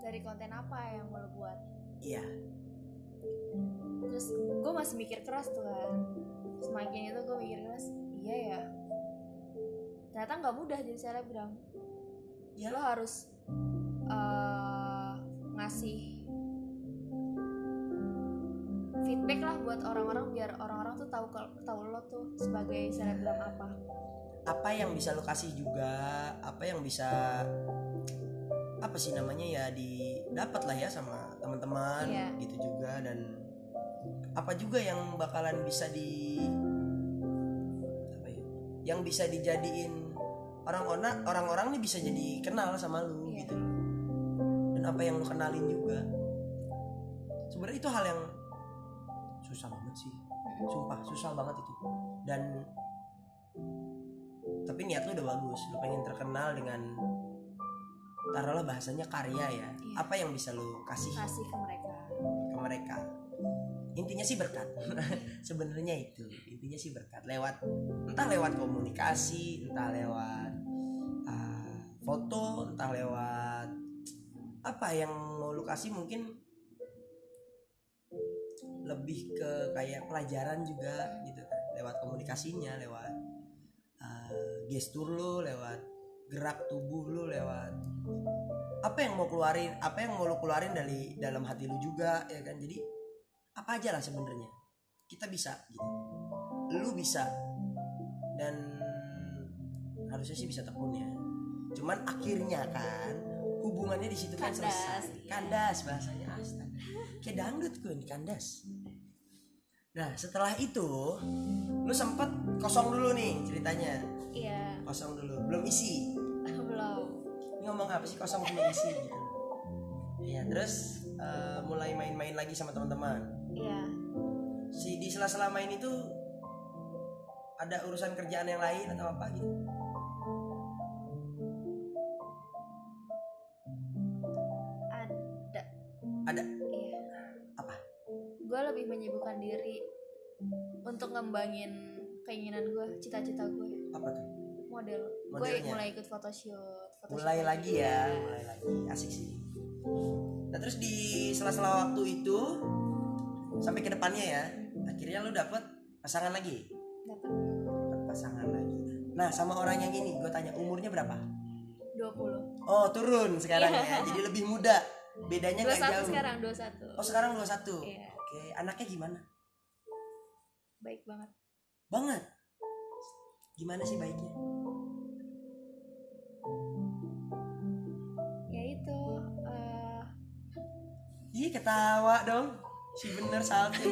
dari konten apa yang mau lo buat. Iya. Terus gue masih mikir keras tuh kan, semakin itu gue mikir keras, iya ya, ternyata nggak mudah jadi selebgram ya. Lo harus ngasih feedback lah buat orang-orang biar orang-orang tuh tahu lo tuh sebagai selebgram apa yang bisa lo kasih juga, apa yang bisa apa sih namanya ya didapat lah ya sama teman-teman gitu juga, dan apa juga yang bakalan bisa yang bisa dijadiin orang-orang nih bisa jadi kenal sama lu gitu, dan apa yang lu kenalin juga. Sebenarnya itu hal yang susah banget sih, sumpah susah banget itu. Dan tapi niat lu udah bagus, lu pengen terkenal dengan taruhlah bahasanya karya ya. Apa yang bisa lu kasih ke mereka. Intinya sih berkat. Sebenarnya itu intinya sih berkat, entah lewat komunikasi, entah lewat foto, entah lewat apa yang mau lu kasih. Mungkin lebih ke kayak pelajaran juga gitu kan, lewat komunikasinya, lewat gestur lu, lewat gerak tubuh lu, lewat apa yang mau lu keluarin dari dalam hati lu juga ya kan. Jadi apa aja lah sebenarnya kita bisa gitu, lu bisa, dan harusnya sih bisa tekun ya. Cuman akhirnya kan hubungannya di situ kan selesai. Kandas bahasanya, astaga, kayak dangdut gue nih, kandas. Nah setelah itu lu sempet kosong dulu nih ceritanya. Iya. Kosong dulu, belum isi. Belum. Ini ngomong apa sih kosong belum isi gitu. Iya, terus mulai main-main lagi sama teman-teman. Iya. Di sela-sela main itu ada urusan kerjaan yang lain atau apa gitu? Ada. Iya. Apa? Gue lebih menyibukkan diri untuk ngembangin keinginan gue, cita-cita gue. Apa tuh? Modelnya. Gue mulai ikut photoshoot mulai lagi ya, mulai lagi, asik sih. Nah terus di sela-sela waktu itu sampai ke depannya ya, akhirnya lu dapet pasangan lagi. Dapet pasangan lagi. Nah sama orang yang ini gue tanya umurnya berapa? 20. Oh turun sekarang ya, jadi lebih muda. Bedanya nggak jauh. Sekarang 21. Oh sekarang 21. Iya. Oke, anaknya gimana? Baik banget. Gimana sih baiknya? Ya itu Ih ketawa dong, si bener salting.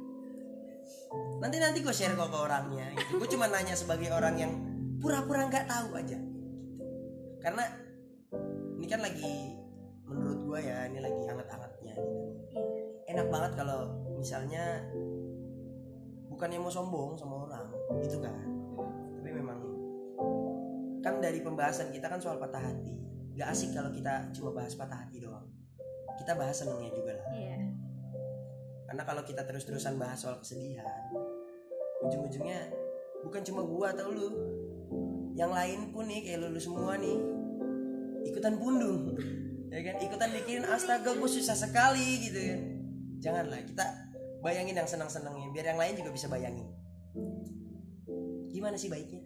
Nanti gue share kok ke orangnya gitu. Gue cuma nanya sebagai orang yang pura-pura nggak tahu aja. Karena ini kan lagi, menurut gue ya, ini lagi hangat-hangatnya gitu. Enak banget kalau misalnya bukannya mau sombong sama orang gitu kan, tapi memang kan dari pembahasan kita kan soal patah hati. Gak asik kalau kita cuma bahas patah hati doang, kita bahas senengnya juga lah. Karena kalau kita terus-terusan bahas soal kesedihan, ujung-ujungnya bukan cuma gua atau lu, yang lain pun nih kayak lu semua nih ikutan pundung ya kan, ikutan bikin astaga gue susah sekali gitu kan. Janganlah, kita bayangin yang senang-senangnya biar yang lain juga bisa bayangin. Gimana sih baiknya?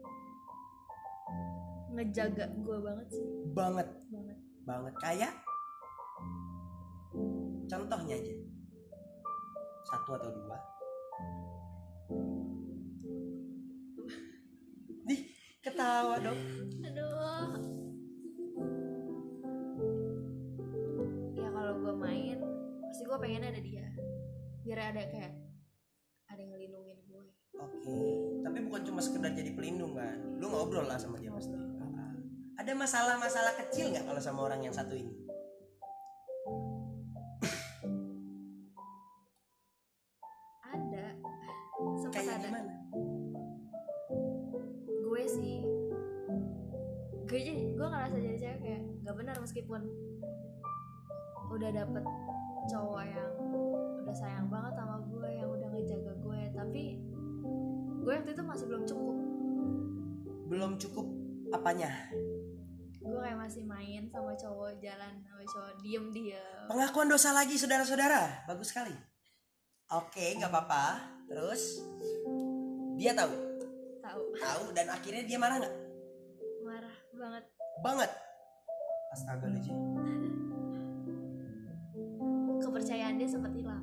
Ngejaga gue banget sih. Banget. Kayak contohnya aja 1 atau 2. Nih ketawa dong. Aduh. Ya kalau gue main pasti gue pengen ada dia, biar ada yang ngelindungin gue. Oke. Tapi bukan cuma sekedar jadi pelindung kan, lu ngobrol lah sama dia pasti. Ada masalah-masalah kecil nggak kalau sama orang yang satu ini? Ada. Kayak gimana? Gue ngerasa jadi cewek kayak gak benar, meskipun udah dapet cowok yang udah sayang banget sama gue, yang udah ngejaga gue, tapi gue waktu itu masih belum cukup. Belum cukup apanya? gue kayak masih main sama cowok, jalan sama cowok, diem. Pengakuan dosa lagi saudara-saudara, bagus sekali. Oke, nggak apa-apa. Terus dia tahu dan akhirnya dia marah nggak? Marah Banget. Astaga lu Ji. Kepercayaan dia sempat hilang.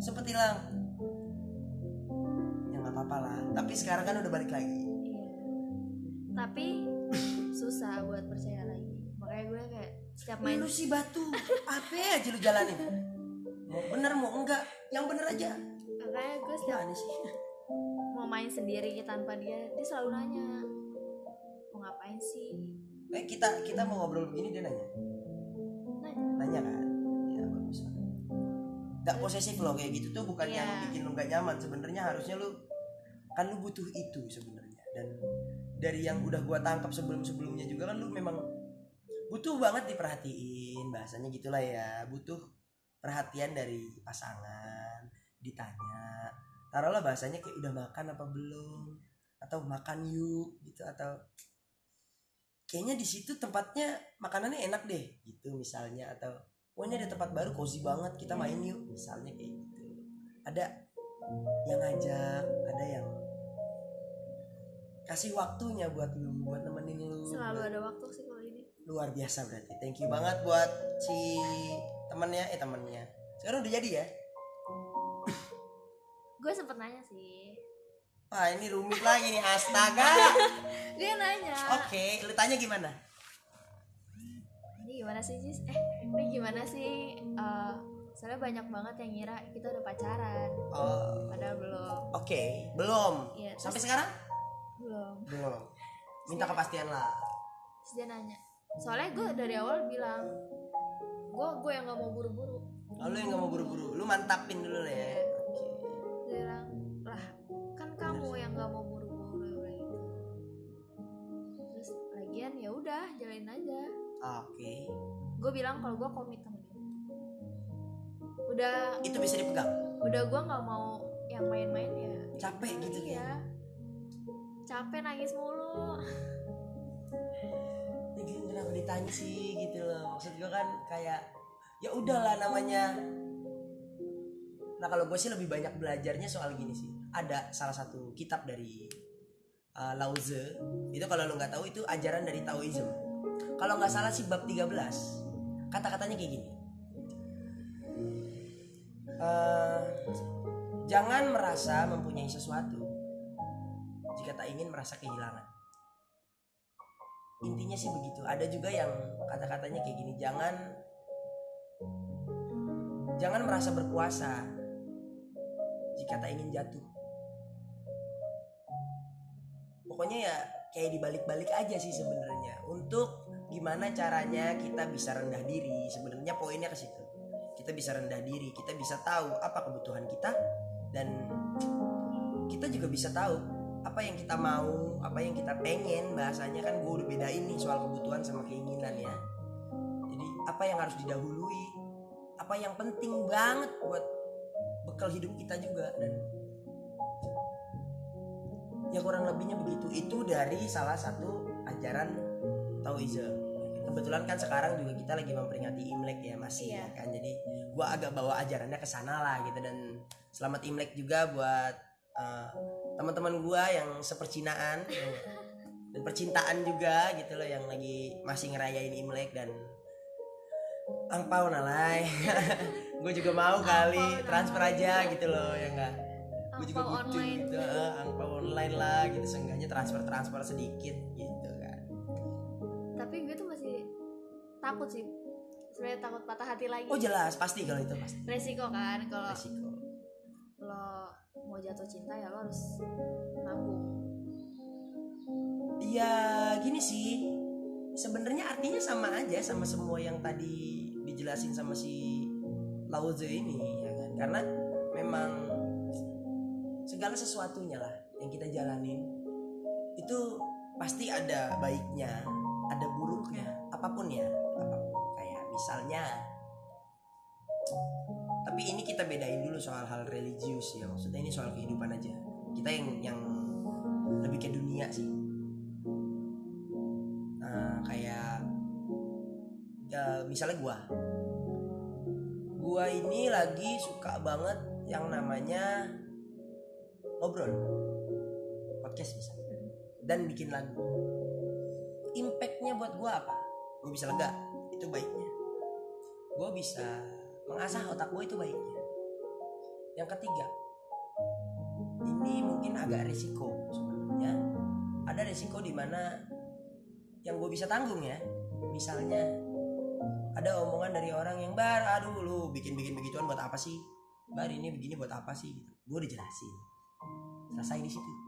Ya nggak apa-apa lah. Tapi sekarang kan udah balik lagi. Iya. Tapi susah buat percaya lagi. Makanya gue kayak setiap main. Lu sih batu. Apa aja lu jalanin? Mau bener mau enggak? Yang bener aja. Makanya gue setiap sih? mau main sendiri tanpa dia selalu nanya, mau ngapain sih? Kita mau ngobrol begini dia nanya kan? Ya bagus. Gak posesif loh kayak gitu tuh, bukan yang bikin lu gak nyaman. Sebenarnya harusnya lu butuh itu sebenarnya. Dan dari yang udah gua tangkap sebelumnya juga kan lu memang butuh banget diperhatiin, bahasanya gitulah ya. Butuh perhatian dari pasangan, ditanya, taruhlah bahasanya kayak udah makan apa belum, atau makan yuk gitu, atau kayaknya di situ tempatnya makanannya enak deh gitu misalnya, atau ini ada tempat baru cozy banget kita main yuk misalnya kayak gitu. Ada yang ngajak, ada yang kasih waktunya buat lu, buat nemenin lu. Selalu ada waktu sih kalau ini. Luar biasa berarti. Thank you banget buat si temennya. Sekarang udah jadi ya? Gue sempet nanya sih. Wah ini rumit lagi nih, astaga. Dia nanya. Oke, lu tanya gimana? Ini gimana sih Jis? Ini gimana sih? Soalnya banyak banget yang ngira kita udah pacaran. Padahal belum. Oke, belum. Ya, sampai sekarang? Belum. Minta kepastian lah. Terus dia nanya. Soalnya gue dari awal bilang gue yang nggak mau buru-buru. Lu yang nggak mau buru-buru, lu mantapin dulu lah ya. Oke. Dia bilang lah kan kamu yang nggak mau buru-buru gitu. Terus lagian ya udah jalanin aja. Oke. Gue bilang kalau gue komit sama dia. Udah. Itu bisa dipegang. Udah gue nggak mau yang main-main ya. Capek gitu ya. Capek nangis mulu. Kenapa ditanya sih gitu loh, maksud gue kan kayak ya udahlah namanya. Nah kalau gue sih lebih banyak belajarnya soal gini sih. Ada salah satu kitab dari Lao Tzu. Itu kalau lo nggak tahu itu ajaran dari Taoism. Kalau nggak salah sih bab 13. Kata-katanya kayak gini. Jangan merasa mempunyai sesuatu jika tak ingin merasa kehilangan. Intinya sih begitu. Ada juga yang kata-katanya kayak gini, jangan merasa berkuasa jika tak ingin jatuh. Pokoknya ya kayak dibalik-balik aja sih sebenarnya. Untuk gimana caranya kita bisa rendah diri. Sebenarnya poinnya ke situ. Kita bisa rendah diri, kita bisa tahu apa kebutuhan kita, dan kita juga bisa tahu apa yang kita mau, apa yang kita pengen. Bahasanya kan gue udah bedain nih soal kebutuhan sama keinginan ya. Jadi apa yang harus didahului, apa yang penting banget buat bekal hidup kita juga. Dan ya kurang lebihnya begitu. Itu dari salah satu ajaran Taoism. Kebetulan kan sekarang juga kita lagi memperingati Imlek ya masih ya kan. Jadi gue agak bawa ajarannya ke sana lah gitu. Dan selamat Imlek juga buat teman-teman gue yang sepercinaan dan percintaan juga gitu loh, yang lagi masih ngerayain Imlek. Dan angpau nalai. Gue juga mau kali transfer aja gitu loh ya enggak. Gue juga butuh gitu, angpau online lah gitu, seenggaknya transfer sedikit gitu kan. Tapi gue tuh masih takut sih sebenarnya, takut patah hati lagi. Oh jelas, pasti kalau itu pasti resiko kan. Kalau resiko lo mau jatuh cinta ya lo harus nanggung. Iya gini sih, sebenarnya artinya sama aja sama semua yang tadi dijelasin sama si Lao Tzu ini ya kan. Karena memang segala sesuatunya lah yang kita jalanin itu pasti ada baiknya, ada buruknya, apapun. Kayak misalnya, tapi ini kita bedain dulu soal hal religius ya, maksudnya ini soal kehidupan aja. Kita yang lebih ke dunia sih. Kayak misalnya gua ini lagi suka banget yang namanya ngobrol podcast misalnya dan bikin lagu. Impactnya buat gua apa? Gua bisa lega, itu baiknya. Gua bisa mengasah otak gua, itu baiknya. Yang ketiga, ini mungkin agak resiko sebenarnya. Ada resiko di mana yang gue bisa tanggung ya. Misalnya ada omongan dari orang yang aduh lu bikin begituan buat apa sih? Ini begini buat apa sih? Gitu. Gue udah jelasin. Selesai di situ.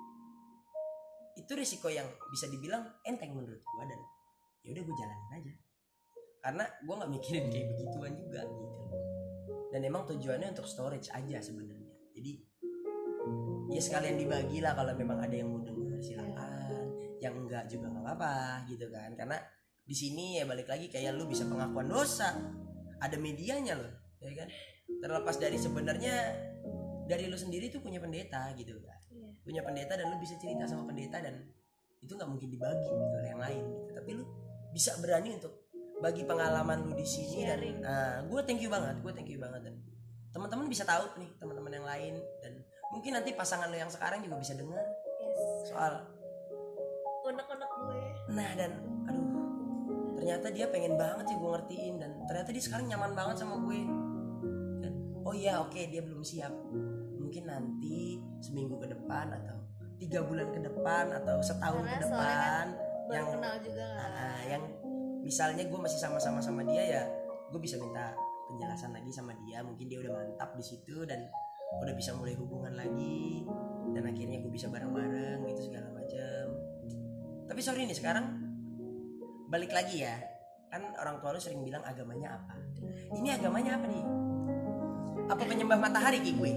Itu resiko yang bisa dibilang enteng menurut gue, dan ya udah gue jalanin aja. Karena gue nggak mikirin kayak begituan juga gitu. Dan emang tujuannya untuk storage aja sebenarnya. Jadi ya sekalian dibagi lah, kalau memang ada yang mau denger silakan, yang enggak juga nggak apa-apa gitu kan. Karena di sini ya balik lagi kayak lu bisa pengakuan dosa, ada medianya loh, ya kan. Terlepas dari sebenarnya dari lu sendiri tuh punya pendeta gitu kan, punya pendeta dan lu bisa cerita sama pendeta, dan itu nggak mungkin dibagi oleh yang lain gitu. Tapi lu bisa berani untuk bagi pengalaman lu di sini. Sharing. Dan gue thank you banget dan teman-teman bisa tahu nih, teman-teman yang lain, dan mungkin nanti pasangan lu yang sekarang juga bisa dengar soal unek-unek gue. Nah, dan aduh, ternyata dia pengen banget sih gue ngertiin, dan ternyata dia sekarang nyaman banget sama gue. Dan oh iya, oke, dia belum siap. Mungkin nanti seminggu ke depan atau 3 bulan ke depan atau setahun ke depan kan yang kenal juga yang misalnya gue masih sama-sama sama dia, ya gue bisa minta penjelasan lagi sama dia. Mungkin dia udah mantap di situ dan udah bisa mulai hubungan lagi, dan akhirnya gue bisa bareng-bareng gitu segala macam. Tapi sorry nih, sekarang balik lagi ya, kan orang tua lu sering bilang agamanya apa. Ini agamanya apa nih? Apa penyembah matahari ki gue?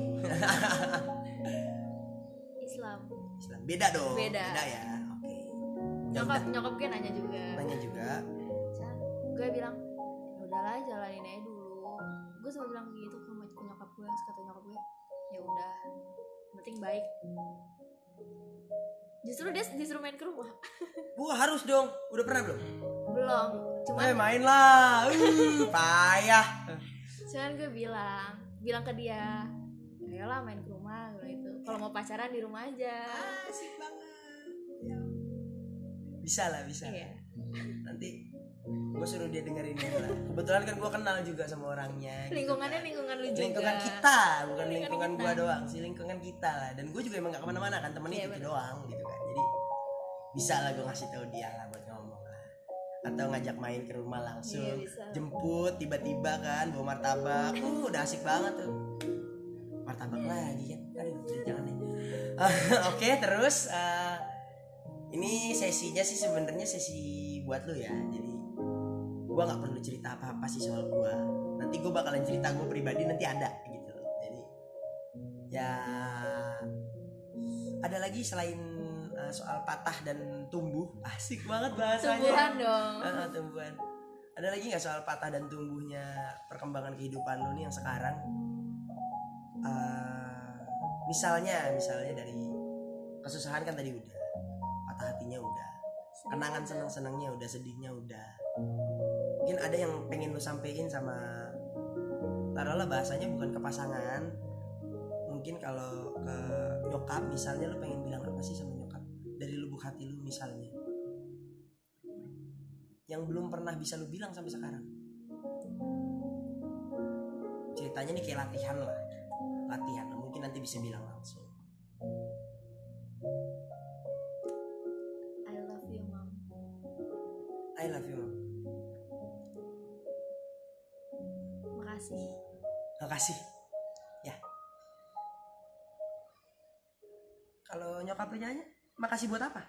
Islam. Beda dong. Beda ya. Oke. Nyokap gue nanya juga. Gue bilang ya udahlah, jalanin aja dulu. Gue selalu bilang gitu ke nyokap gue. Kata nyokap gue, ya udah, penting baik. Justru dia disuruh main ke rumah. Gue harus dong. Udah pernah belum? Belum. Cuman main lah. Payah. Cuman gue bilang ke dia, ayolah main ke rumah gitu. Kalau mau pacaran di rumah aja. Asik banget. Bisa lah. Iya. Nanti gue suruh dia dengerin ini lah. Kebetulan kan gue kenal juga sama orangnya. Lingkungannya gitu kan. Lingkungan lu juga. Lingkungan kita, bukan lingkungan gue doang sih, lingkungan kita lah. Dan gue juga emang gak kemana-mana kan, temennya itu doang gitu kan. Jadi bisa lah gue ngasih tahu dia lah buat ngomong lah. Atau ngajak main ke rumah langsung, jemput tiba-tiba kan bawa martabak. Udah asik banget tuh. Martabak lagi kan. Aduh, jangan deh. Oke, terus ini sesinya sih sebenarnya sesi buat lu ya. Jadi gue nggak perlu cerita apa-apa sih soal gue. Nanti gue bakalan cerita gue pribadi nanti ada gitu. Jadi ya ada lagi selain soal patah dan tumbuh. Asik banget bahasanya. Tumbuhan dong. Tumbuhan. Ada lagi nggak soal patah dan tumbuhnya perkembangan kehidupan lu nih yang sekarang? Misalnya dari kesusahan kan tadi udah, patah hatinya udah, kenangan senang-senangnya udah, sedihnya udah. Mungkin ada yang pengen lu sampein sama, taruhlah bahasanya bukan ke pasangan, mungkin kalau ke nyokap misalnya, lu pengen bilang apa sih sama nyokap dari lubuk hati lu misalnya, yang belum pernah bisa lu bilang sampai sekarang. Ceritanya nih kayak latihan, mungkin nanti bisa bilang langsung. I love you mom. I love you mom. Makasih ya. Kalau nyokap lu nanya makasih buat apa,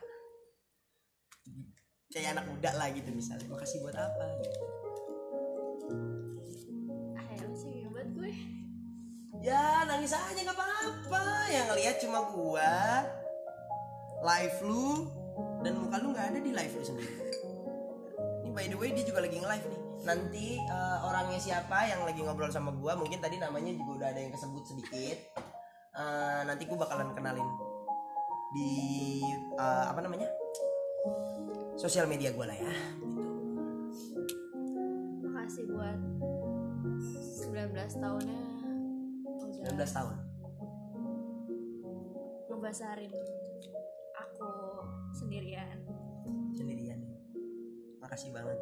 kayak anak muda lah gitu misalnya, makasih buat apa gitu. Sih buat gue ya nangis aja nggak apa-apa, yang ngelihat cuma gua, live lu, dan muka lu nggak ada di live lu sendiri. Ini by the way dia juga lagi nge-live nih. Nanti orangnya siapa yang lagi ngobrol sama gua, mungkin tadi namanya juga udah ada yang kesebut sedikit. Nanti gua bakalan kenalin di sosial media gua lah ya gitu. buat 19 tahunnya udah 19 tahun ngebasarin aku sendirian. Makasih banget.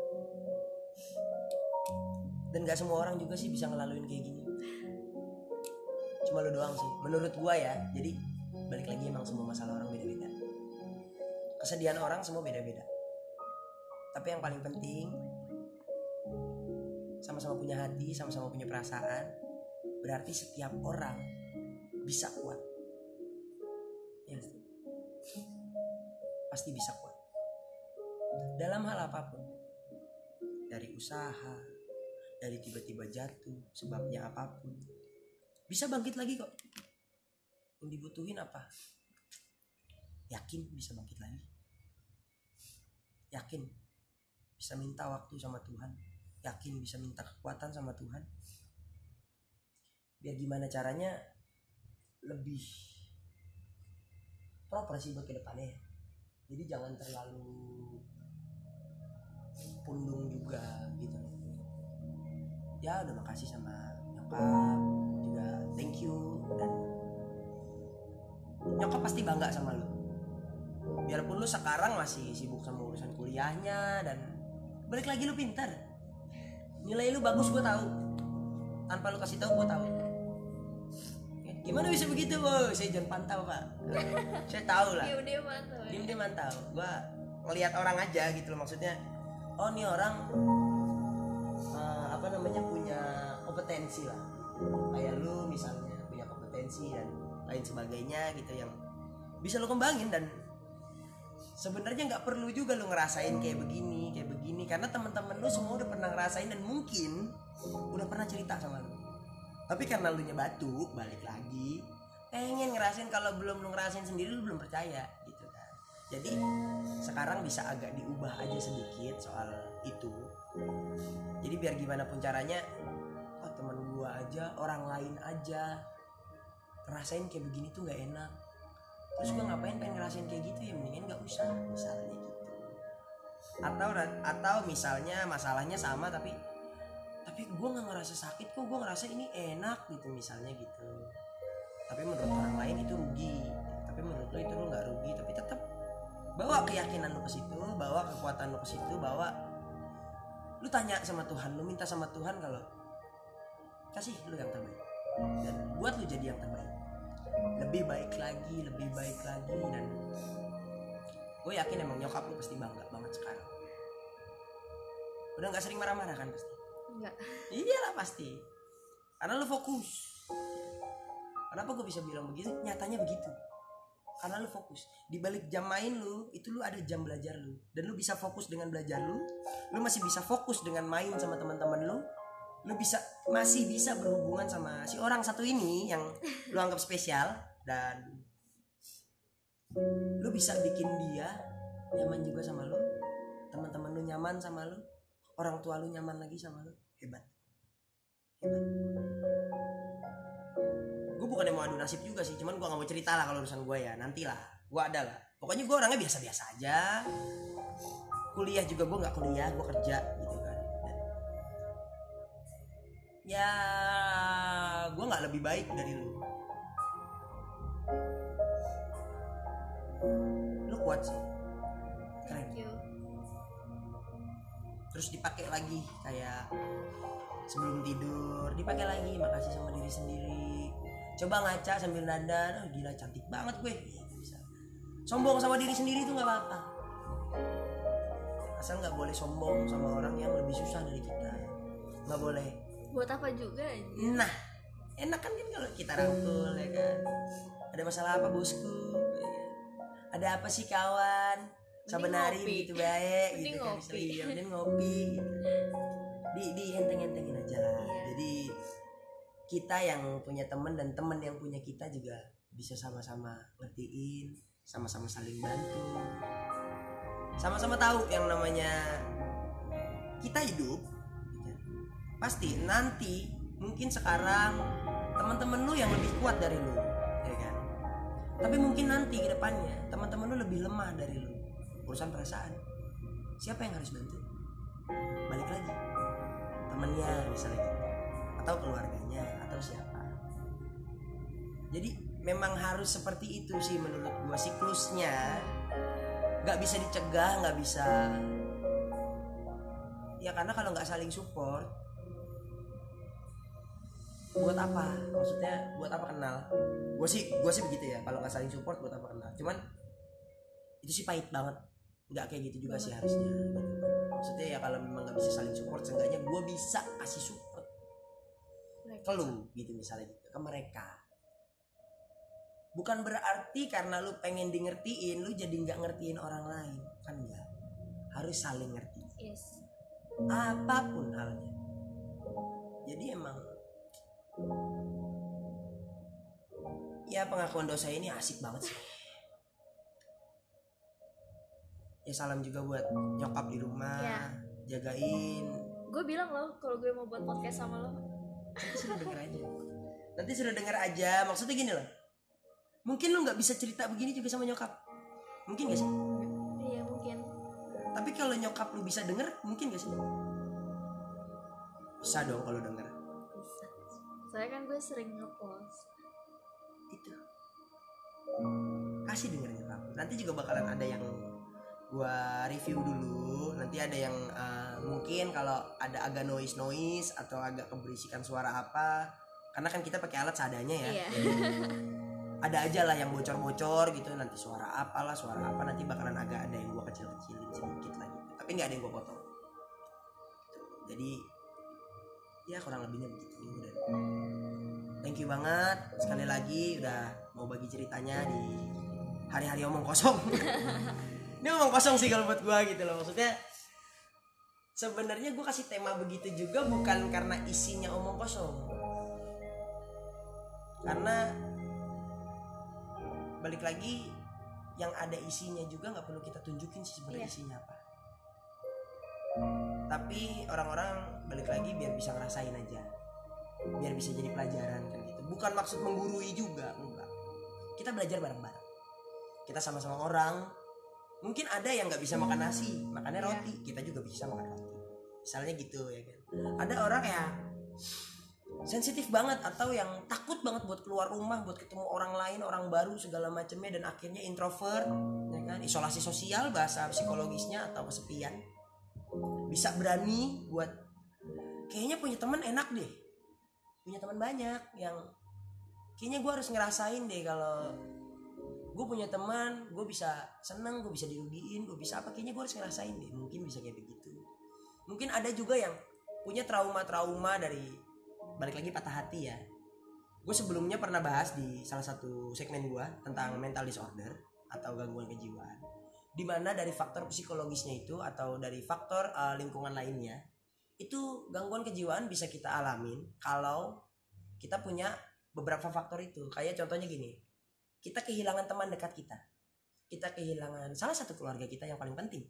Dan gak semua orang juga sih bisa ngelaluin kayak gini, cuma lu doang sih menurut gua ya. Jadi balik lagi, emang semua masalah orang beda-beda, kesedihan orang semua beda-beda, tapi yang paling penting sama-sama punya hati, sama-sama punya perasaan. Berarti setiap orang bisa kuat ya, pasti bisa kuat dalam hal apapun, dari usaha, dari tiba-tiba jatuh, sebabnya apapun, bisa bangkit lagi kok. Yang dibutuhin apa? Yakin bisa bangkit lagi, yakin bisa minta waktu sama Tuhan, yakin bisa minta kekuatan sama Tuhan. Biar gimana caranya lebih proper sih buat kedepannya. Jadi jangan terlalu pundung juga gitu. Ya udah makasih sama nyokap juga, thank you. Dan nyokap pasti bangga sama lu, biarpun lu sekarang masih sibuk sama urusan kuliahnya. Dan balik lagi, lu pintar, nilai lu bagus, gue tahu. Tanpa lu kasih tahu gue tahu. Gimana bisa begitu? Wow, saya jangan pantau pak. Saya tahu lah. Dia mantau. Gue ngelihat orang aja gitu loh, maksudnya. Oh nih orang punya kompetensi lah. Kayak lu misalnya punya kompetensi dan lain sebagainya gitu yang bisa lu kembangin. Dan sebenarnya nggak perlu juga lu ngerasain kayak begini karena teman-teman lu semua udah pernah ngerasain dan mungkin udah pernah cerita sama lu. Tapi karena lu nya batu, balik lagi pengen ngerasain. Kalau belum lu ngerasain sendiri, lu belum percaya gitu kan. Jadi sekarang bisa agak diubah aja sedikit soal itu. Jadi biar gimana pun caranya, oh teman gua aja, orang lain aja ngerasain kayak begini tuh nggak enak. Terus gua ngapain pengen ngerasain kayak gitu, ya mendingan nggak usah, misalnya gitu. Atau misalnya masalahnya sama tapi gue nggak ngerasa sakit kok, gue ngerasa ini enak gitu misalnya gitu. Tapi menurut orang lain itu rugi, tapi menurut lo itu lo nggak rugi. Tapi tetap bawa keyakinan lo ke situ, bawa kekuatan lo ke situ, bawa lo tanya sama Tuhan, lo minta sama Tuhan kalau kasih lo yang terbaik dan buat lo jadi yang terbaik, lebih baik lagi. Dan gue yakin emang nyokap lo pasti bangga banget sekarang. Udah nggak sering marah-marah kan pasti? Enggak. Iyalah pasti. Karena lu fokus. Kenapa gue bisa bilang begitu? Nyatanya begitu. Karena lu fokus. Di balik jam main lu, itu lu ada jam belajar lu. Dan lu bisa fokus dengan belajar lu. Lu masih bisa fokus dengan main sama teman-teman lu. Lu masih bisa berhubungan sama si orang satu ini yang lu anggap spesial. Dan lu bisa bikin dia nyaman juga sama lu. Teman-teman lu nyaman sama lu. Orang tua lu nyaman lagi sama lu. Hebat. Gue bukan yang mau adu nasib juga sih, cuman gue gak mau cerita lah kalau urusan gue ya. Nantilah, gue ada lah. Pokoknya gue orangnya biasa-biasa aja. Kuliah juga gue gak kuliah, gue kerja gitu kan. Ya gue gak lebih baik dari lu. Lu kuat sih. Keren. Terus dipakai lagi kayak sebelum tidur, dipakai lagi makasih sama diri sendiri. Coba ngaca sambil dandan, oh gila cantik banget gue. Bisa. Sombong sama diri sendiri itu nggak apa-apa. Asal nggak boleh sombong sama orang yang lebih susah dari kita. Nggak boleh. Buat apa juga aja. Nah, enak kan kalau kita rangkul ya kan. Ada masalah apa bosku? Ada apa sih kawan? Sabenari gitu baik gitu kan, mending ngopi gitu. Di enteng-entengin aja lah. Jadi kita yang punya teman dan teman yang punya kita juga bisa sama-sama ngertiin, sama-sama saling bantu, sama-sama tahu yang namanya kita hidup. Pasti nanti mungkin sekarang teman-teman lu yang lebih kuat dari lu, ya kan? Tapi mungkin nanti ke depannya teman-teman lu lebih lemah dari lu. Urusan perasaan, siapa yang harus bantu? Balik lagi, temennya misalnya gitu, atau keluarganya atau siapa. Jadi memang harus seperti itu sih menurut gua, siklusnya nggak bisa dicegah, nggak bisa ya, karena kalau nggak saling support buat apa, maksudnya buat apa kenal. Gue sih begitu ya, kalau nggak saling support buat apa kenal. Cuman itu sih pahit banget, nggak kayak gitu juga sih harusnya gitu. Maksudnya ya kalau memang nggak bisa saling support, seenggaknya gue bisa kasih support ke lu gitu, misalnya gitu, ke mereka. Bukan berarti karena lu pengen di ngertiin lu jadi nggak ngertiin orang lain, kan enggak, harus saling ngerti. Yes. Apapun halnya. Jadi emang ya pengakuan dosa ini asik banget sih. Ya salam juga buat nyokap di rumah Ya. Jagain. Gue bilang loh kalau gue mau buat podcast sama lo. Nanti sudah denger aja. Maksudnya gini loh, mungkin lu gak bisa cerita begini juga sama nyokap, mungkin gak sih? Iya mungkin. Tapi kalau nyokap lu bisa denger, mungkin gak sih? Bisa dong kalau denger. Bisa. Soalnya kan gue sering nge-post. Itu kasih denger nyokap. Nanti juga bakalan ada yang gua review dulu. Nanti ada yang mungkin kalau ada agak noise atau agak keberisikan suara apa, karena kan kita pakai alat seadanya ya. Iya. Ada aja lah yang bocor-bocor gitu, nanti suara apa nanti bakalan agak ada yang gua kecil-kecilin sedikit lagi, tapi nggak ada yang gua potong. Jadi ya kurang lebihnya begitu. Dan thank you banget sekali lagi udah mau bagi ceritanya di hari-hari omong kosong. Ini omong kosong sih kalau buat gua gitu loh, maksudnya sebenarnya gua kasih tema begitu juga bukan karena isinya omong kosong, karena balik lagi yang ada isinya juga nggak perlu kita tunjukin sih sebenarnya isinya apa. Tapi orang-orang balik lagi biar bisa ngerasain aja, biar bisa jadi pelajaran kan gitu. Bukan maksud menggurui juga, enggak. Kita belajar bareng-bareng. Kita sama-sama orang. Mungkin ada yang nggak bisa makan nasi, makannya roti. Kita juga bisa makan roti. Misalnya gitu ya kan. Ada orang yang sensitif banget atau yang takut banget buat keluar rumah, buat ketemu orang lain, orang baru segala macamnya, dan akhirnya introvert, ya kan? Isolasi sosial bahasa psikologisnya, atau kesepian. Bisa berani buat kayaknya punya teman enak deh, punya teman banyak, yang kayaknya gue harus ngerasain deh kalau gue punya teman, gue bisa seneng, gue bisa dirugiin, gue bisa apa, kayaknya gue harus ngerasain deh. Mungkin bisa kayak begitu. Mungkin ada juga yang punya trauma dari balik lagi patah hati ya. Gue sebelumnya pernah bahas di salah satu segmen gue tentang mental disorder atau gangguan kejiwaan, dimana dari faktor psikologisnya itu atau dari faktor lingkungan lainnya, itu gangguan kejiwaan bisa kita alamin kalau kita punya beberapa faktor itu. Kayak contohnya gini, kita kehilangan teman dekat kita, kita kehilangan salah satu keluarga kita yang paling penting,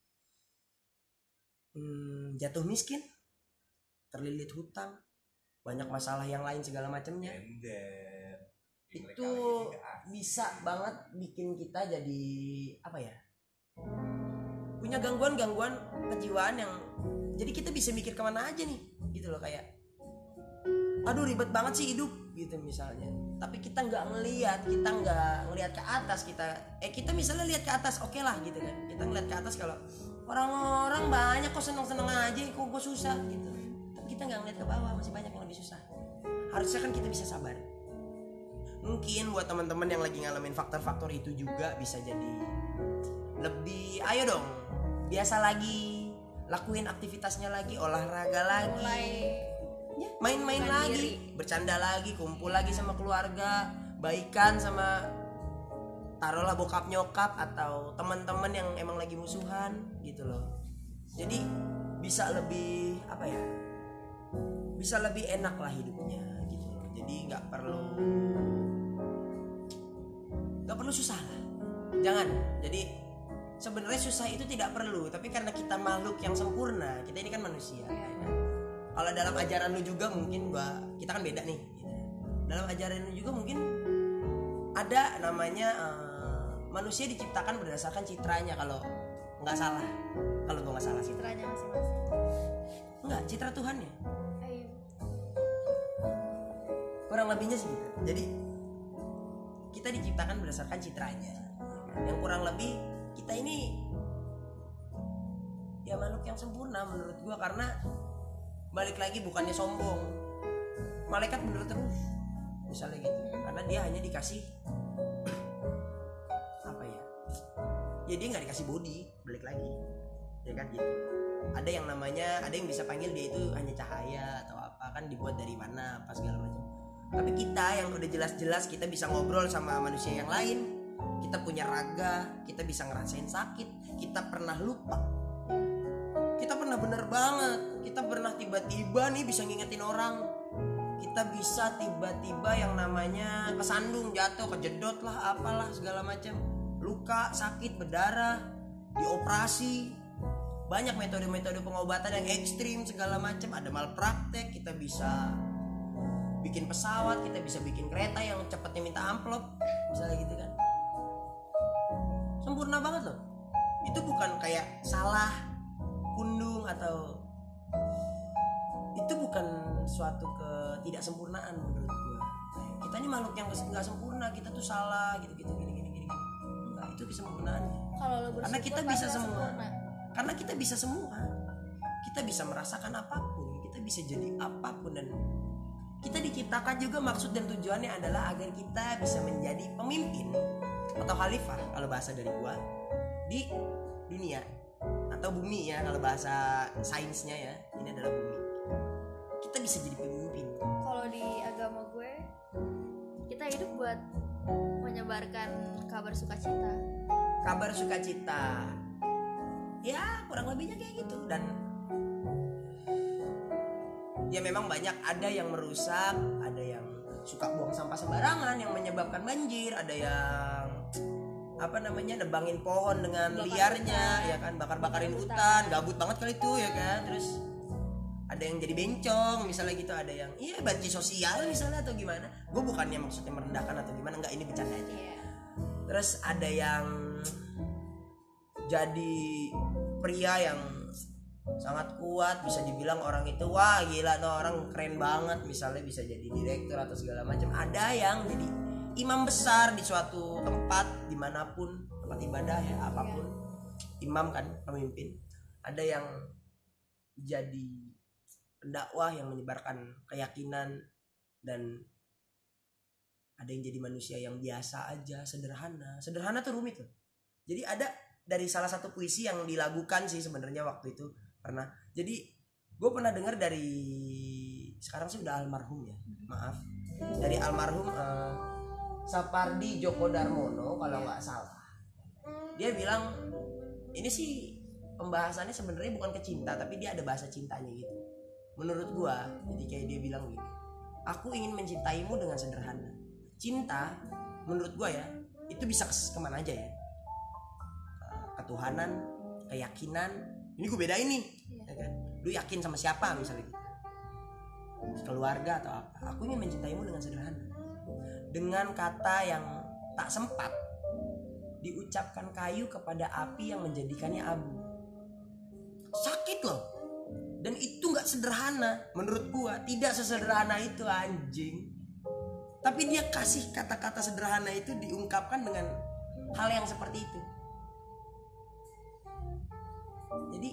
jatuh miskin, terlilit hutang, banyak masalah yang lain segala macamnya. Itu bisa banget bikin kita jadi apa ya, punya gangguan kejiwaan yang jadi kita bisa mikir kemana aja nih gitu loh, kayak aduh ribet banget sih hidup gitu misalnya, tapi kita nggak ngelihat ke atas. Kita misalnya lihat ke atas, oke lah gitu kan, kita ngeliat ke atas kalau orang-orang banyak kok seneng aja, kok gue susah gitu, tapi kita nggak ngeliat ke bawah, masih banyak yang lebih susah. Harusnya kan kita bisa sabar. Mungkin buat teman-teman yang lagi ngalamin faktor-faktor itu juga bisa jadi lebih, ayo dong biasa lagi, lakuin aktivitasnya lagi, olahraga lagi, ya, main-main lagi, bercanda lagi, kumpul lagi sama keluarga, baikan sama taruhlah bokap nyokap atau teman-teman yang emang lagi musuhan gitu loh. Jadi bisa lebih apa ya, bisa lebih enak lah hidupnya gitu loh. Jadi nggak perlu susah lah, jangan. Jadi sebenarnya susah itu tidak perlu, tapi karena kita makhluk yang sempurna, kita ini kan manusia ya kan? Kalau dalam ajaran lu juga mungkin kita kan beda nih gitu. Dalam ajaran lu juga mungkin ada namanya manusia diciptakan berdasarkan citranya kalau nggak salah. kalau gue nggak salah sih. Citranya masing-masing. Enggak, citra Tuhannya. Ayo. Kurang lebihnya sih gitu. Jadi kita diciptakan berdasarkan citranya. Yang kurang lebih kita ini ya makhluk yang sempurna menurut gua, karena balik lagi bukannya sombong. Malaikat bener terus. Misalnya gitu. Karena dia hanya dikasih apa ya? Ya dia nggak dikasih body, balik lagi. Ya kan gitu. Ada yang namanya, ada yang bisa panggil dia itu hanya cahaya atau apa, kan dibuat dari mana apa segala macam. Tapi kita yang udah jelas-jelas kita bisa ngobrol sama manusia yang lain, kita punya raga, kita bisa ngerasain sakit, kita pernah lupa, kita pernah bener banget, kita pernah tiba-tiba nih bisa ngingetin orang, kita bisa tiba-tiba yang namanya kesandung, jatuh, kejedot lah, apalah segala macam, luka, sakit, berdarah, dioperasi. Banyak metode-metode pengobatan yang ekstrim segala macam, ada malpraktek, kita bisa bikin pesawat, kita bisa bikin kereta yang cepatnya minta amplop, misalnya gitu kan. Sempurna banget loh. Itu bukan kayak salah, pundung, atau itu bukan suatu ketidaksempurnaan menurut gua. Kita ini makhluk yang nggak sempurna, kita tuh salah gitu gini. Nah, itu kesempurnaannya. Kalau lo bersyukur, Karena kita pasti bisa lo semua. sempurna. Karena kita bisa semua. Kita bisa merasakan apapun, kita bisa jadi apapun, dan kita diciptakan juga maksud dan tujuannya adalah agar kita bisa menjadi pemimpin atau khalifah kalau bahasa dari gua di dunia atau bumi ya, kalau bahasa sainsnya ya, ini adalah bumi. Kita bisa jadi pemimpin. Kalau di agama gue, kita hidup buat menyebarkan kabar sukacita. Kabar sukacita. Ya, kurang lebihnya kayak gitu. Dan ya memang banyak, ada yang merusak, ada yang suka buang sampah sembarangan yang menyebabkan banjir, ada yang nebangin pohon dengan liarnya, ya kan, bakar-bakarin hutan, gabut banget kali itu ya kan. Terus ada yang jadi bencong misalnya gitu, ada yang banci sosial misalnya atau gimana. Gue bukannya maksudnya merendahkan atau gimana, enggak, ini bercanda aja. Terus ada yang jadi pria yang sangat kuat, bisa dibilang orang itu wah gila tuh, orang keren banget, misalnya bisa jadi direktur atau segala macam. Ada yang jadi imam besar di suatu tempat dimanapun, tempat ibadah ya, apapun, imam kan, pemimpin. Ada yang jadi pendakwah yang menyebarkan keyakinan, dan ada yang jadi manusia yang biasa aja, sederhana tuh rumit loh. Jadi ada dari salah satu puisi yang dilagukan sih sebenarnya waktu itu pernah. Jadi gue pernah dengar dari, sekarang sih udah almarhum ya, maaf, dari almarhum Sapardi Djoko Darmono kalau nggak salah. Dia bilang ini sih pembahasannya sebenarnya bukan ke cinta, tapi dia ada bahasa cintanya gitu. Menurut gue, jadi kayak dia bilang gini, aku ingin mencintaimu dengan sederhana. Cinta menurut gue ya itu bisa kemana aja ya, ketuhanan, keyakinan. Ini gue bedain nih, ya kan? Lu yakin sama siapa misalnya gitu, keluarga atau apa. Aku ingin mencintaimu dengan sederhana, dengan kata yang tak sempat diucapkan kayu kepada api yang menjadikannya abu. Sakit loh. Dan itu gak sederhana. Menurut gua tidak sesederhana itu, anjing. Tapi dia kasih kata-kata sederhana itu diungkapkan dengan hal yang seperti itu. Jadi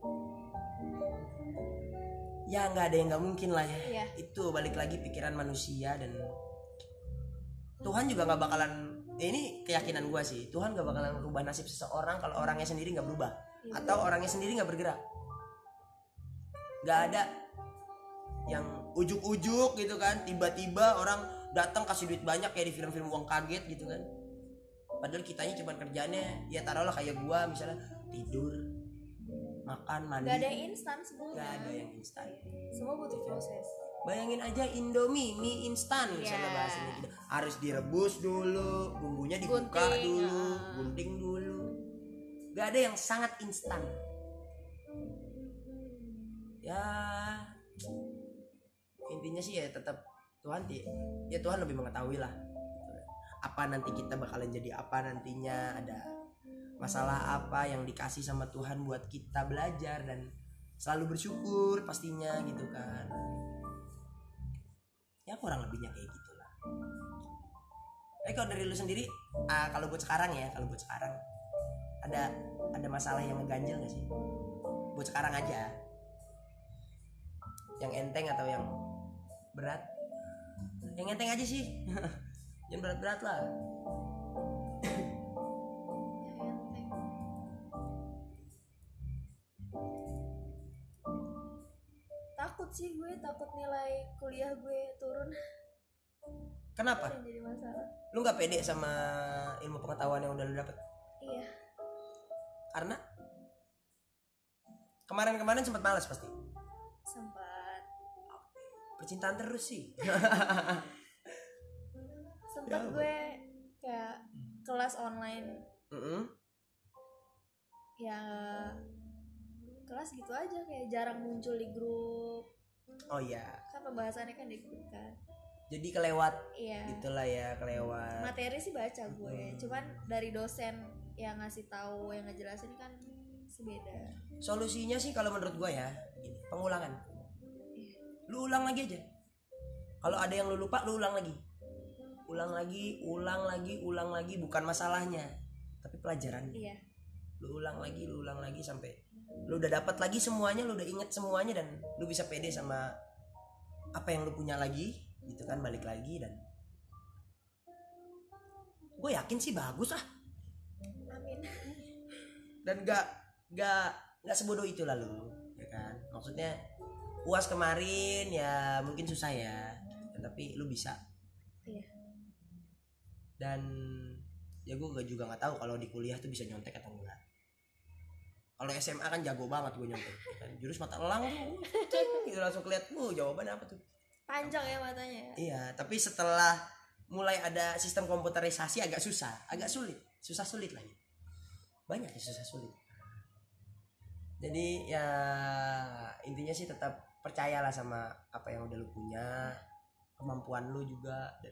ya gak ada yang gak mungkin lah ya. Itu balik lagi pikiran manusia, dan Tuhan juga gak bakalan, ini keyakinan gua sih, Tuhan gak bakalan merubah nasib seseorang kalau orangnya sendiri gak berubah, atau orangnya sendiri gak bergerak. Gak ada yang ujuk-ujuk gitu kan, tiba-tiba orang datang kasih duit banyak kayak di film-film uang kaget gitu kan. Padahal kitanya cuma kerjaannya ya taruhlah kayak gua misalnya tidur, makan, mandi. Gak ada yang instan sebelumnya. Gak ada yang instan. Semua butuh proses. Bayangin aja Indomie, mie instan misalnya bahasanya gitu. Harus direbus dulu, bumbunya dibuka dulu, gunting dulu. Gak ada yang sangat instan. Ya intinya sih ya tetap Tuhan lebih mengetahui lah apa nanti kita bakalan jadi apa nantinya. masalah apa yang dikasih sama Tuhan buat kita belajar dan selalu bersyukur pastinya gitu kan. Ya kurang lebihnya kayak gitulah. Kalau dari lu sendiri, kalau buat sekarang ada masalah yang ngeganjel gak sih? Buat sekarang aja, yang enteng atau yang berat? Yang enteng aja sih. Jangan berat-berat lah. Takut sih gue, takut nilai kuliah gue turun. Kenapa? Yang jadi masalah. Lu nggak pede sama ilmu pengetahuan yang udah lu dapet? Iya. Karena kemarin sempat malas pasti. Sempat. Percintaan terus sih. Sempat Ya. gue kayak kelas online. Ya kelas gitu aja, kayak jarang muncul di grup. Oh iya. Kan pembahasannya kan di grup kan. Jadi kelewat. Iya. Gitulah ya, kelewat. Materi sih baca gue, cuman dari dosen yang ngasih tahu, yang ngejelasin kan beda. Solusinya sih kalau menurut gue ya, gini, pengulangan. Lu ulang lagi aja. Kalau ada yang lu lupa, lu ulang lagi. Ulang lagi, bukan masalahnya, tapi pelajarannya. Iya. Lu ulang lagi sampai lu udah dapat lagi semuanya, lu udah inget semuanya dan lu bisa pede sama apa yang lu punya lagi, gitu kan, balik lagi. Dan gue yakin sih bagus ah. Amin. Dan gak sebodoh itu lah lu, ya kan. Maksudnya UAS kemarin ya mungkin susah ya, tapi lu bisa. Iya. Dan ya gue juga nggak tahu kalau di kuliah tuh bisa nyontek atau enggak. Kalau SMA kan jago banget gue nyontek, kan jurus mata elang tuh gitu langsung kelihatan jawabannya apa tuh. Panjang ya matanya. Iya, tapi setelah mulai ada sistem komputerisasi agak sulit lagi. Banyak ya susah sulit. Jadi ya intinya sih tetap percayalah sama apa yang udah lu punya, kemampuan lu juga, dan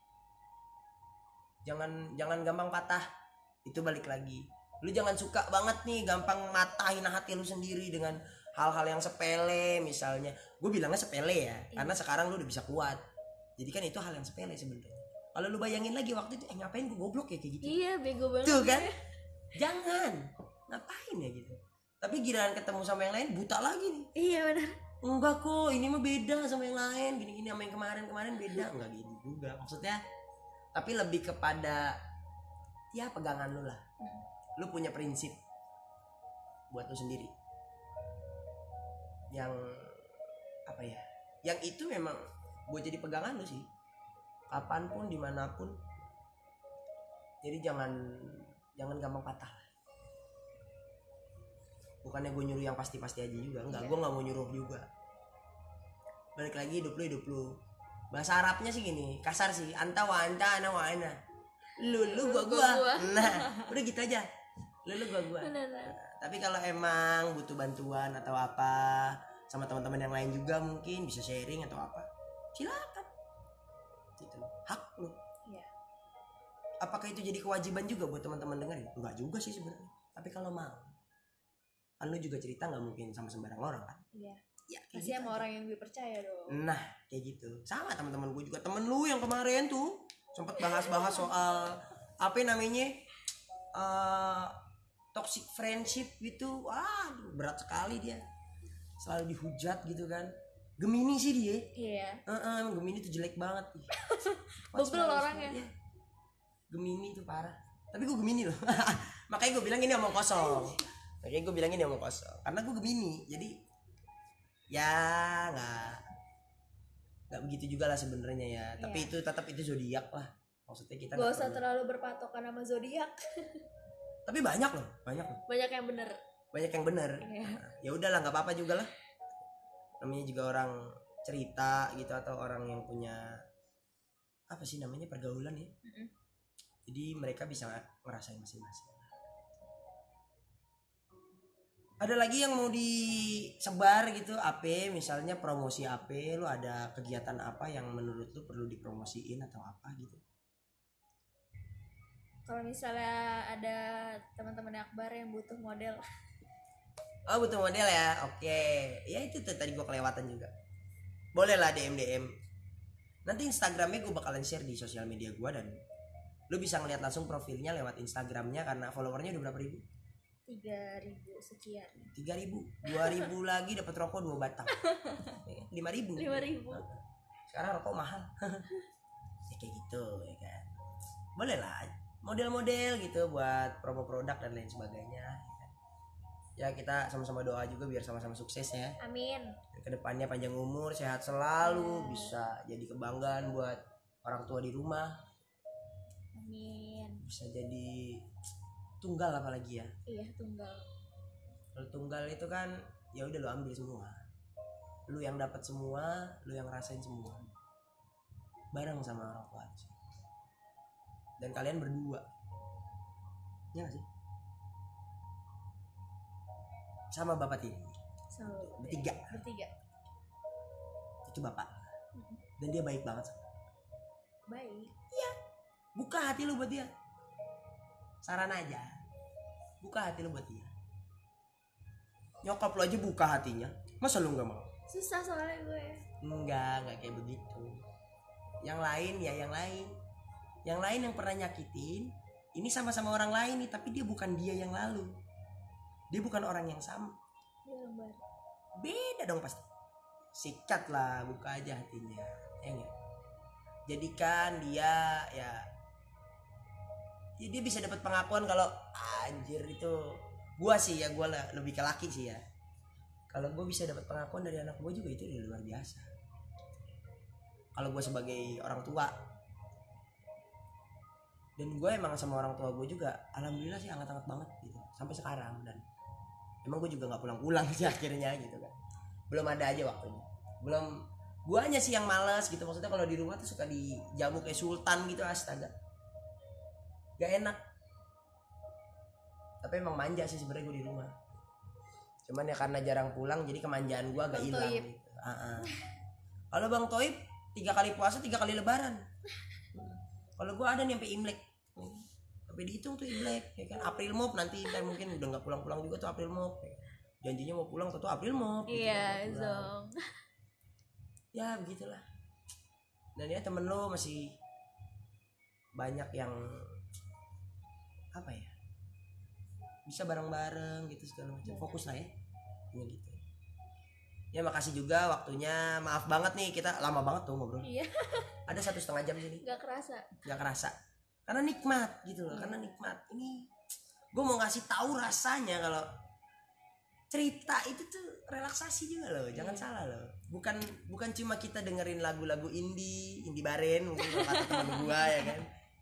jangan gampang patah. Itu balik lagi. Lu jangan suka banget nih gampang matahin hati lu sendiri dengan hal-hal yang sepele. Misalnya gue bilangnya sepele ya, karena sekarang lu udah bisa kuat. Jadi kan itu hal yang sepele sebenarnya. Kalau lu bayangin lagi waktu itu, ngapain gue goblok ya kayak gitu. Iya, bego banget. Tuh kan, jangan ngapain ya gitu. Tapi giliran ketemu sama yang lain buta lagi nih. Iya benar. Enggak kok, ini mah beda sama yang lain, gini sama yang kemarin beda. Enggak gitu juga maksudnya. Tapi lebih kepada ya pegangan lu lah. Lu punya prinsip buat lu sendiri yang apa ya, yang itu memang buat jadi pegangan lu sih kapanpun dimanapun. Jadi jangan gampang patah lah. Bukannya gue nyuruh yang pasti-pasti aja juga, enggak. Gue nggak mau nyuruh juga. Balik lagi, hidup lu. Bahasa Arabnya sih gini, kasar sih, anta wa anta, ana wa ana, lu gua. Nah udah gitu aja, lu gua. Nah, tapi kalau emang butuh bantuan atau apa sama teman-teman yang lain juga, mungkin bisa sharing atau apa, silakan. Gitu, hak lu. Iya. Apakah itu jadi kewajiban juga buat teman-teman dengerin? Enggak juga sih sebenarnya. Tapi kalau mau, kan lu juga cerita nggak mungkin sama sembarang orang kan? Iya. Ya, Pasti gitu sama aja. orang yang lebih percaya dong. Nah kayak gitu. Sama teman-teman gue juga. Temen lu yang kemarin tuh sempat bahas soal apa namanya, toxic friendship gitu. Wah berat sekali dia, selalu dihujat gitu kan. Gemini sih dia. Iya. Gemini tuh jelek banget. Bebel orangnya. Ya. Gemini tuh parah. Tapi gue Gemini loh. Makanya gue bilang ini omong kosong. Karena gue Gemini. Jadi ya nggak begitu juga lah sebenarnya ya. Tapi itu tetap itu zodiak lah. Maksudnya kita gak usah terlalu berpatokan sama zodiak. Tapi banyak loh. Banyak yang bener. Iya. Ya udahlah, nggak apa-apa juga lah. Namanya juga orang cerita gitu, atau orang yang punya apa sih namanya, pergaulan ya. Jadi mereka bisa ngerasain masing-masing. Ada lagi yang mau disebar gitu, AP misalnya, promosi AP, lu ada kegiatan apa yang menurut lu perlu dipromosiin atau apa gitu? Kalau misalnya ada teman-teman Akbar yang butuh model, Oh butuh model ya, oke. Ya itu tuh tadi gue kelewatan juga. Boleh lah DM. Nanti Instagramnya gue bakalan share di sosial media gue, dan lu bisa ngeliat langsung profilnya lewat Instagramnya, karena followernya udah berapa ribu? 3.000 sekian. 3.000, 2.000 lagi dapat rokok 2 batang. 5.000. 5.000. Sekarang rokok mahal. Ya kayak gitu ya kan. Boleh lah model-model gitu buat promo produk dan lain sebagainya. Ya kita sama-sama doa juga biar sama-sama sukses ya. Amin. Kedepannya panjang umur, sehat selalu, bisa jadi kebanggaan buat orang tua di rumah. Amin. Bisa jadi tunggal apalagi ya. Iya, tunggal. Kalau tunggal itu kan ya udah lu ambil semua. Lu yang dapat semua, lu yang rasain semua. Bareng sama orang tua. Dan kalian berdua. Ya gak sih? Sama bapak tiri. Selalu. Bertiga. Itu bapak. Dan dia baik banget. Baik. Buka hati lu buat dia. Saran aja. Buka hati lu buat dia. Nyokap lu aja buka hatinya. Masa lu gak mau? Susah soalnya gue. Enggak kayak begitu. Yang lain ya yang lain. Yang lain yang pernah nyakitin, ini sama-sama orang lain nih, tapi dia bukan dia yang lalu. Dia bukan orang yang sama. Dia orang baru. Beda dong pasti. Sikat lah, buka aja hatinya. Ya enggak? Jadikan dia ya dia bisa dapat pengakuan kalau anjir itu gua sih ya, gua lebih ke laki sih ya. Kalau gua bisa dapat pengakuan dari anak gua juga itu udah luar biasa. Kalau gua sebagai orang tua, dan gue emang sama orang tua gue juga alhamdulillah sih hangat-hangat banget gitu sampai sekarang. Dan emang gue juga nggak pulang-pulang sih akhirnya gitu kan, belum ada aja waktunya, belum. Guanya sih yang malas gitu, maksudnya kalau di rumah tuh suka dijamu kayak sultan gitu, astaga gak enak. Tapi emang manja sih sebenarnya gue di rumah, cuman ya karena jarang pulang jadi kemanjaan gue agak hilang gitu. Kalau Bang Toib 3 kali puasa 3 kali lebaran. Kalau gue ada nih sampai Imlek, sampai dihitung tuh Imlek ya kan. April Mop nanti ntar mungkin udah nggak pulang-pulang juga tuh April Mop. Janjinya mau pulang tuh April Mop. Iya gitu, Zong. Ya begitulah. Dan ya temen lo masih banyak yang apa ya, bisa bareng-bareng gitu segala macam. Fokus lah ya, gitu. Ya makasih juga waktunya, maaf banget nih kita lama banget tuh ngobrol. Iya. Ada 1,5 jam sini. Gak kerasa. Karena nikmat gitu loh. Karena nikmat. Ini gue mau ngasih tahu rasanya kalau cerita itu tuh relaksasi juga loh. Jangan salah loh. Bukan cuma kita dengerin lagu-lagu indie baren mungkin kalau kata teman gue ya kan.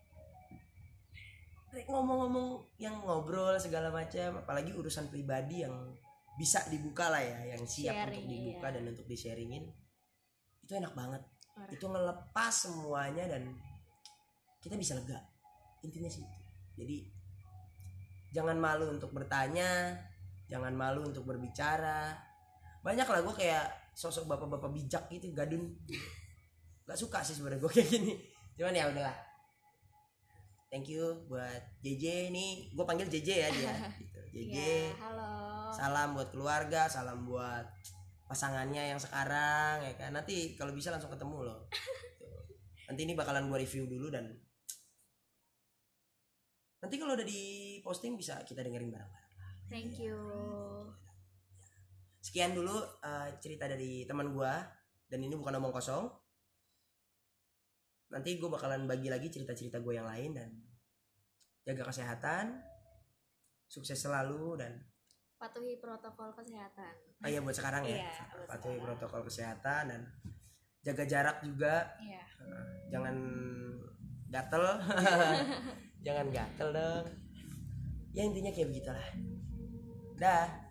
Ngomong-ngomong yang ngobrol segala macam, apalagi urusan pribadi yang bisa dibuka lah ya, yang siap sharing, untuk dibuka ya. Dan untuk di-sharingin itu enak banget. Itu ngelepas semuanya dan kita bisa lega, intinya sih. Jadi jangan malu untuk bertanya, jangan malu untuk berbicara. Banyak lah gue kayak sosok bapak-bapak bijak gitu, gadun. Gak suka sih sebenarnya gue kayak gini, cuman ya udahlah. Thank you buat JJ nih, gue panggil JJ ya dia gitu. JJ ya, halo. Salam buat keluarga, salam buat pasangannya yang sekarang ya kan. Nanti kalau bisa langsung ketemu loh. Nanti ini bakalan gue review dulu, dan nanti kalau udah di posting bisa kita dengerin bareng-bareng. Thank you. Sekian dulu cerita dari teman gue, dan ini bukan omong kosong. Nanti gue bakalan bagi lagi cerita-cerita gue yang lain, dan jaga kesehatan, sukses selalu, dan patuhi protokol kesehatan. Oh iya buat sekarang ya. Iya, patuhi protokol kesehatan dan jaga jarak juga. Iya. Jangan gatel. Jangan gatel dong. Ya intinya kayak begitulah. Dah.